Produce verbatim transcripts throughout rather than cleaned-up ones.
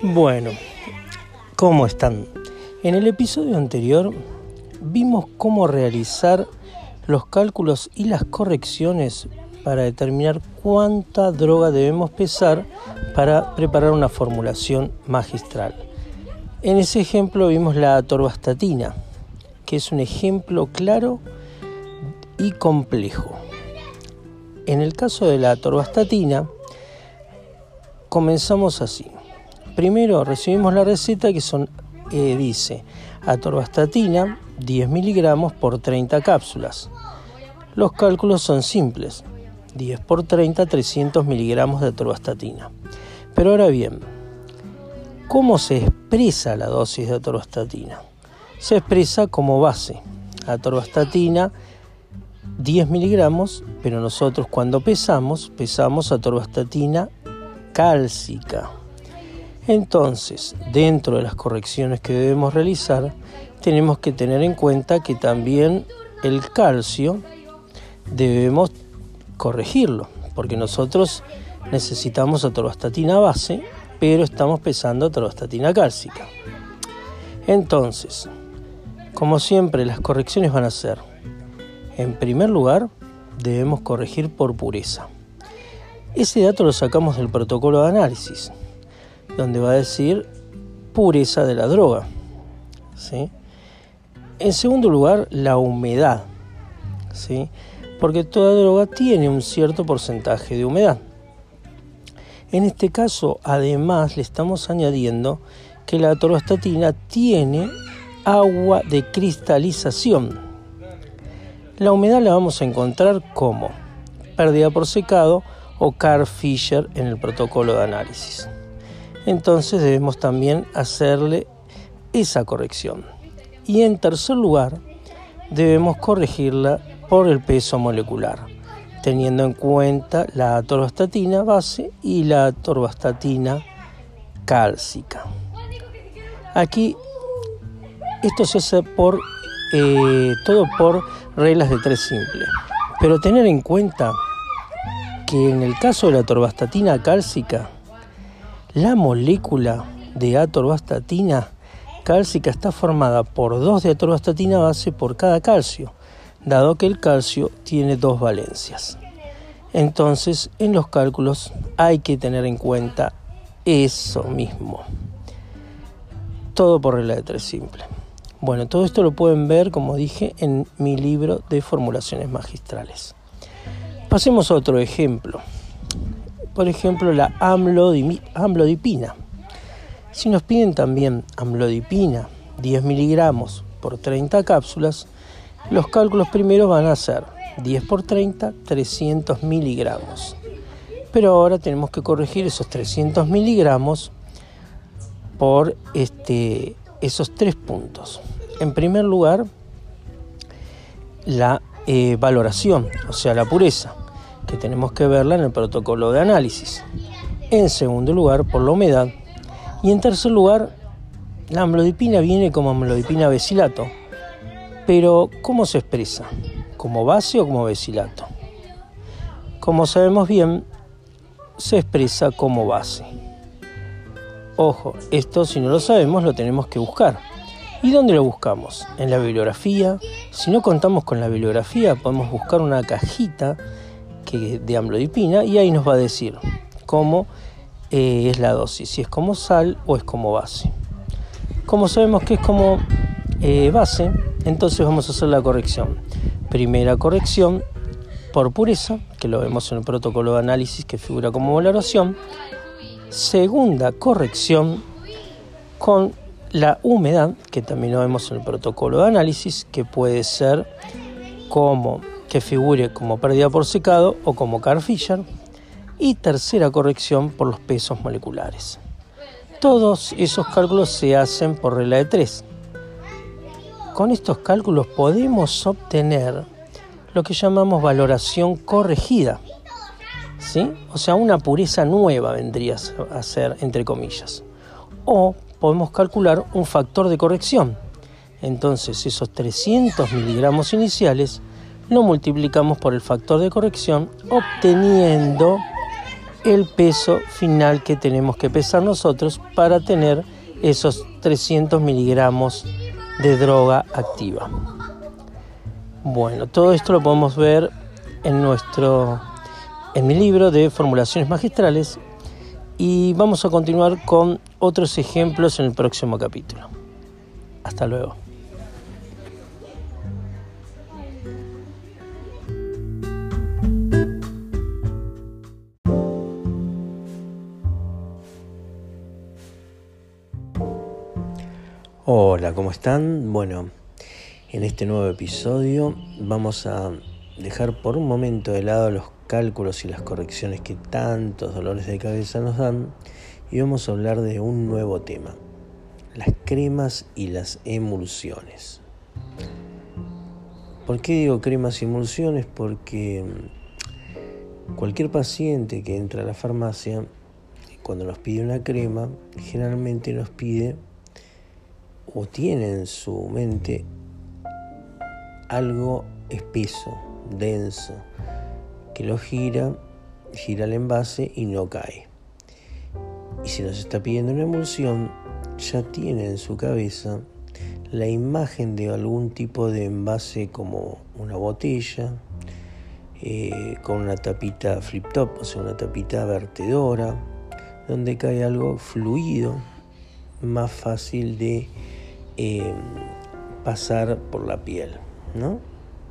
Bueno, ¿cómo están? En el episodio anterior vimos cómo realizar los cálculos y las correcciones para determinar cuánta droga debemos pesar para preparar una formulación magistral. En ese ejemplo vimos la atorvastatina, que es un ejemplo claro y complejo. En el caso de la atorvastatina, comenzamos así. Primero recibimos la receta que son, eh, dice atorvastatina diez miligramos por treinta cápsulas. Los cálculos son simples, diez por treinta, trescientos miligramos de atorvastatina. Pero ahora bien, ¿cómo se expresa la dosis de atorvastatina? Se expresa como base, atorvastatina diez miligramos, pero nosotros cuando pesamos, pesamos atorvastatina cálcica. Entonces, dentro de las correcciones que debemos realizar, tenemos que tener en cuenta que también el calcio debemos corregirlo, porque nosotros necesitamos atorvastatina base, pero estamos pesando atorvastatina cálcica. Entonces, como siempre, las correcciones van a ser, en primer lugar, debemos corregir por pureza. Ese dato lo sacamos del protocolo de análisis, donde va a decir pureza de la droga, ¿sí? En segundo lugar, la humedad, ¿sí? Porque toda droga tiene un cierto porcentaje de humedad. En este caso, además, le estamos añadiendo que la atorvastatina tiene agua de cristalización. La humedad la vamos a encontrar como pérdida por secado o Carl-Fischer en el protocolo de análisis. Entonces debemos también hacerle esa corrección. Y en tercer lugar, debemos corregirla por el peso molecular, teniendo en cuenta la atorvastatina base y la atorvastatina cálcica. Aquí esto se hace por eh, todo por reglas de tres simples, pero tener en cuenta que en el caso de la atorvastatina cálcica, la molécula de atorvastatina cálcica está formada por dos de atorvastatina base por cada calcio, dado que el calcio tiene dos valencias. Entonces, en los cálculos hay que tener en cuenta eso mismo. Todo por regla de tres simple. Bueno, todo esto lo pueden ver, como dije, en mi libro de formulaciones magistrales. Pasemos a otro ejemplo. Por ejemplo, la amlodipina. Si nos piden también amlodipina, diez miligramos por treinta cápsulas, los cálculos primeros van a ser diez por treinta, trescientos miligramos. Pero ahora tenemos que corregir esos trescientos miligramos por este, esos tres puntos. En primer lugar, la eh, valoración, o sea, la pureza, que tenemos que verla en el protocolo de análisis. En segundo lugar, por la humedad. Y en tercer lugar, la amlodipina viene como amlodipina besilato. Pero, ¿cómo se expresa? ¿Como base o como besilato? Como sabemos bien, se expresa como base. Ojo, esto si no lo sabemos lo tenemos que buscar. ¿Y dónde lo buscamos? En la bibliografía. Si no contamos con la bibliografía, podemos buscar una cajita que, de amlodipina y ahí nos va a decir cómo eh, es la dosis, si es como sal o es como base. Como sabemos que es como eh, base, entonces vamos a hacer la corrección. Primera corrección por pureza, que lo vemos en el protocolo de análisis que figura como valoración. Segunda corrección con la humedad, que también lo vemos en el protocolo de análisis, que puede ser como que figure como pérdida por secado o como Carl-Fischer. Y tercera corrección por los pesos moleculares. Todos esos cálculos se hacen por regla de tres. Con estos cálculos podemos obtener lo que llamamos valoración corregida, ¿sí? O sea, una pureza nueva vendría a ser, entre comillas. O podemos calcular un factor de corrección. Entonces, esos trescientos miligramos iniciales lo multiplicamos por el factor de corrección, obteniendo el peso final que tenemos que pesar nosotros para tener esos trescientos miligramos de droga activa. Bueno, todo esto lo podemos ver en nuestro en mi libro de formulaciones magistrales, y vamos a continuar con otros ejemplos en el próximo capítulo. Hasta luego. Hola, ¿cómo están? Bueno, en este nuevo episodio vamos a dejar por un momento de lado los cálculos y las correcciones que tantos dolores de cabeza nos dan, y vamos a hablar de un nuevo tema: las cremas y las emulsiones. ¿Por qué digo cremas y emulsiones? Porque cualquier paciente que entra a la farmacia, cuando nos pide una crema, generalmente nos pide o tiene en su mente algo espeso, denso, que lo gira, gira el envase y no cae. Y si nos está pidiendo una emulsión, ya tiene en su cabeza la imagen de algún tipo de envase, como una botella, eh, con una tapita flip top, o sea, una tapita vertedora, donde cae algo fluido, más fácil de eh, pasar por la piel, ¿no?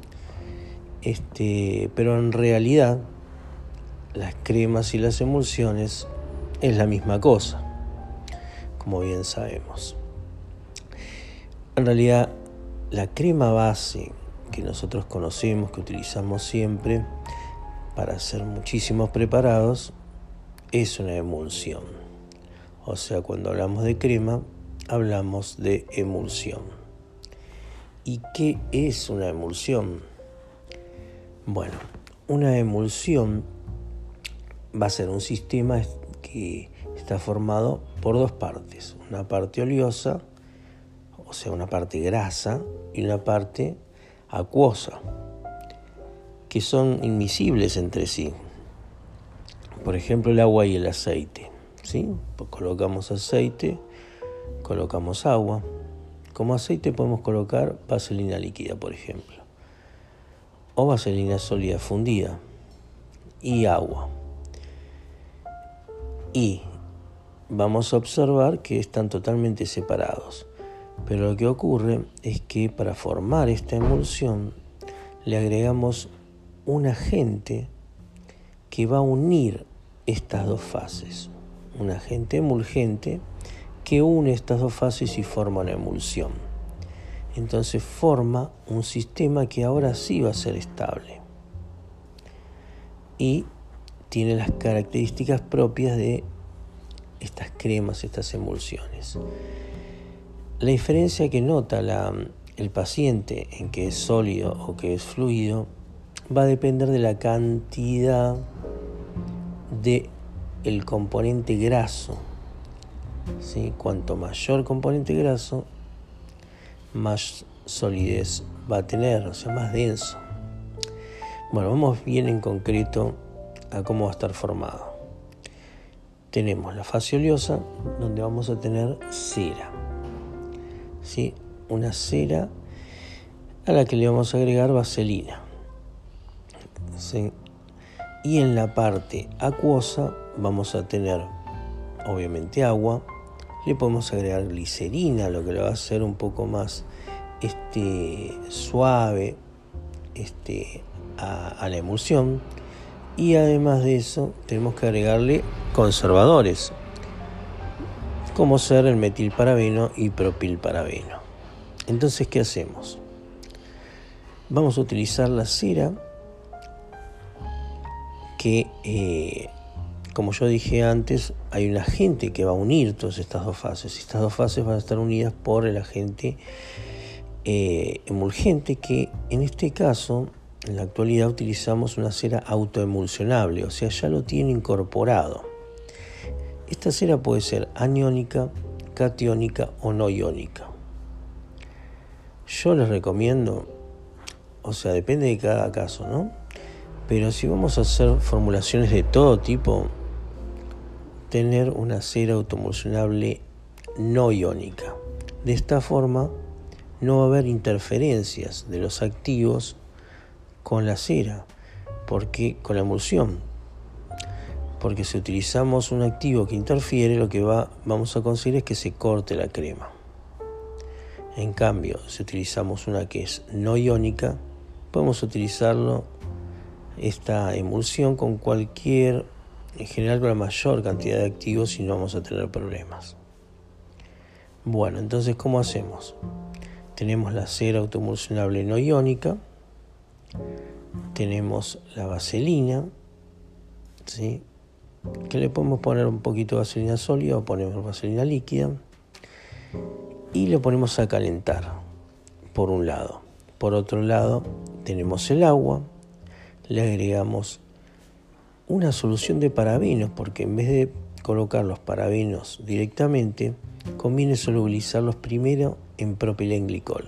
Este, pero en realidad las cremas y las emulsiones es la misma cosa, como bien sabemos. En realidad, la crema base que nosotros conocemos, que utilizamos siempre para hacer muchísimos preparados, es una emulsión. O sea, cuando hablamos de crema, hablamos de emulsión. ¿Y qué es una emulsión? Bueno, una emulsión va a ser un sistema que está formado por dos partes: una parte oleosa, o sea, una parte grasa, y una parte acuosa, que son invisibles entre sí. Por ejemplo, el agua y el aceite, ¿sí? Pues colocamos aceite, colocamos agua. Como aceite podemos colocar vaselina líquida, por ejemplo, o vaselina sólida fundida, y agua. Y vamos a observar que están totalmente separados. Pero lo que ocurre es que para formar esta emulsión le agregamos un agente que va a unir estas dos fases. Un agente emulgente que une estas dos fases y forma una emulsión. Entonces forma un sistema que ahora sí va a ser estable y tiene las características propias de estas cremas, estas emulsiones. La diferencia que nota la, el paciente en que es sólido o que es fluido va a depender de la cantidad de el componente graso, ¿sí? Cuanto mayor componente graso, más solidez va a tener, o sea, más denso. Bueno, vamos bien en concreto a cómo va a estar formado. Tenemos la fase oleosa, donde vamos a tener cera, ¿sí? Una cera a la que le vamos a agregar vaselina, ¿sí? Y en la parte acuosa vamos a tener obviamente agua. Le podemos agregar glicerina, lo que lo va a hacer un poco más este, suave este, a, a la emulsión. Y además de eso tenemos que agregarle conservadores, como ser el metilparabeno y propilparabeno. Entonces, ¿qué hacemos? Vamos a utilizar la cera que, eh, como yo dije antes, hay un agente que va a unir todas estas dos fases. Estas dos fases van a estar unidas por el agente eh, emulgente, que en este caso, en la actualidad, utilizamos una cera autoemulsionable, o sea, ya lo tiene incorporado. Esta cera puede ser aniónica, catiónica o no iónica. Yo les recomiendo, o sea, depende de cada caso, ¿no? Pero si vamos a hacer formulaciones de todo tipo, tener una cera autoemulsionable no iónica. De esta forma no va a haber interferencias de los activos con la cera, porque con la emulsión, porque si utilizamos un activo que interfiere, lo que va, vamos a conseguir es que se corte la crema. En cambio, si utilizamos una que es no iónica, podemos utilizarlo, esta emulsión, con cualquier, en general con la mayor cantidad de activos, y no vamos a tener problemas. Bueno, entonces, ¿cómo hacemos? Tenemos la cera autoemulsionable no iónica, tenemos la vaselina, ¿sí?, que le podemos poner un poquito de vaselina sólida o ponemos vaselina líquida, y lo ponemos a calentar por un lado. Por otro lado tenemos el agua, le agregamos una solución de parabenos, porque en vez de colocar los parabenos directamente, conviene solubilizarlos primero en propilenglicol,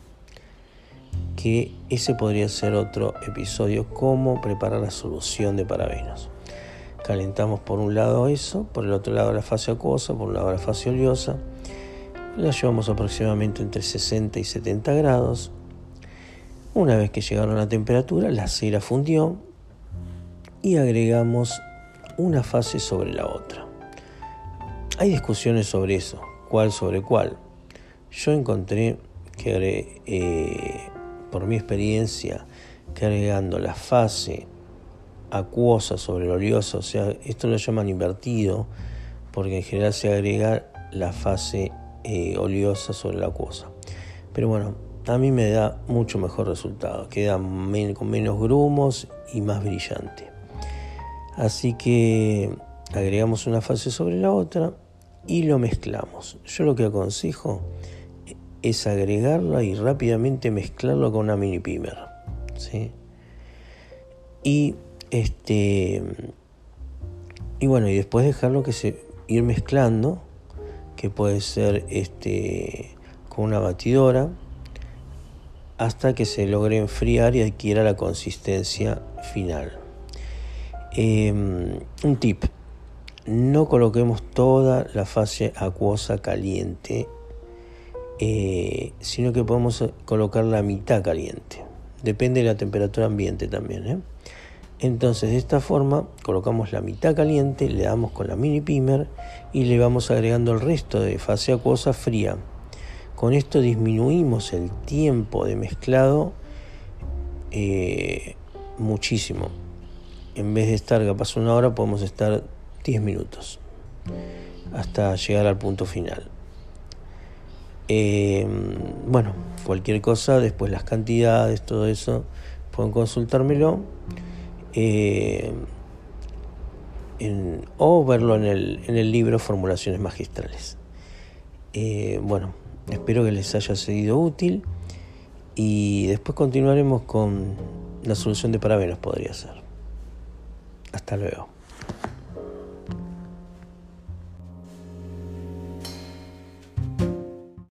que ese podría ser otro episodio, cómo preparar la solución de parabenos. Calentamos por un lado eso, por el otro lado la fase acuosa, por un lado la fase oleosa. La llevamos aproximadamente entre sesenta y setenta grados. Una vez que llegaron a la temperatura, la cera fundió y agregamos una fase sobre la otra. Hay discusiones sobre eso, cuál sobre cuál. Yo encontré que, eh, por mi experiencia, que agregando la fase acuosa sobre la oleosa, o sea, esto lo llaman invertido, porque en general se agrega la fase eh, oleosa sobre la acuosa. Pero bueno, a mí me da mucho mejor resultado, queda men- con menos grumos y más brillante. Así que agregamos una fase sobre la otra y lo mezclamos. Yo lo que aconsejo es agregarla y rápidamente mezclarlo con una mini pimer, ¿sí? Y este y bueno, y después dejarlo que se ir mezclando, que puede ser este con una batidora, hasta que se logre enfriar y adquiera la consistencia final. Eh, un tip: no coloquemos toda la fase acuosa caliente, eh, sino que podemos colocar la mitad caliente. Depende de la temperatura ambiente también, ¿eh? Entonces, de esta forma, colocamos la mitad caliente, le damos con la mini pimer y le vamos agregando el resto de fase acuosa fría. Con esto disminuimos el tiempo de mezclado eh, muchísimo. En vez de estar capaz una hora, podemos estar diez minutos hasta llegar al punto final. Eh, bueno, cualquier cosa, después las cantidades, todo eso, pueden consultármelo. Eh, en, o verlo en el, en el libro Formulaciones Magistrales. Eh, bueno, espero que les haya sido útil y después continuaremos con la solución de parabenos, podría ser. Hasta luego.